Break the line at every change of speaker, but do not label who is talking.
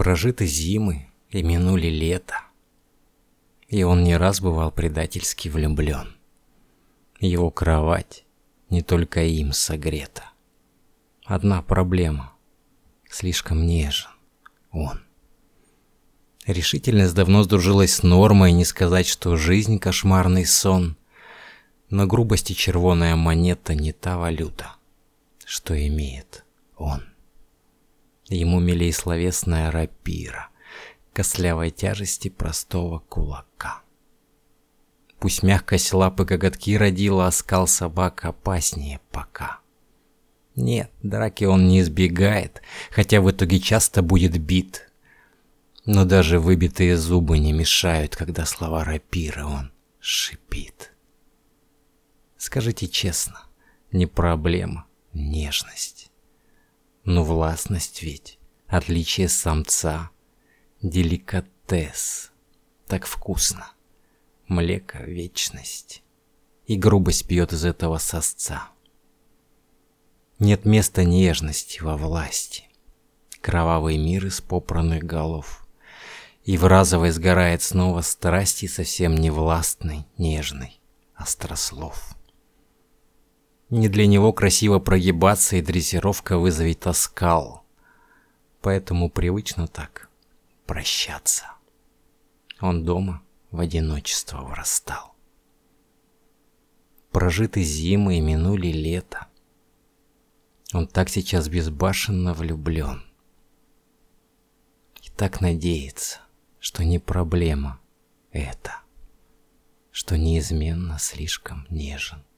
Прожиты зимы и минули лето, и он не раз бывал предательски влюблен. Его кровать не только им согрета. Одна проблема — слишком нежен он. Решительность давно сдружилась с нормой, не сказать, что жизнь — кошмарный сон. Но грубости червоная монета не та валюта, что имеет он. Ему милей словесная рапира, костлявой тяжести простого кулака. Пусть мягкость лапы коготки родила, оскал собак опаснее пока. Нет, драки он не избегает, хотя в итоге часто будет бит. Но даже выбитые зубы не мешают, когда слова рапира он шипит. Скажите честно, не проблема нежность. Но властность ведь, отличие самца, деликатес, так вкусно, млеко вечность, и грубость пьет из этого сосца. Нет места нежности во власти, кровавый мир из попранных голов, и в разовой сгорает снова страсти совсем не властный, нежный, острослов. Не для него красиво прогибаться, и дрессировка вызовет оскал. Поэтому привычно так прощаться. Он дома в одиночество врастал. Прожиты зимы и минули лето. Он так сейчас безбашенно влюблен. И так надеется, что не проблема это, что неизменно слишком нежен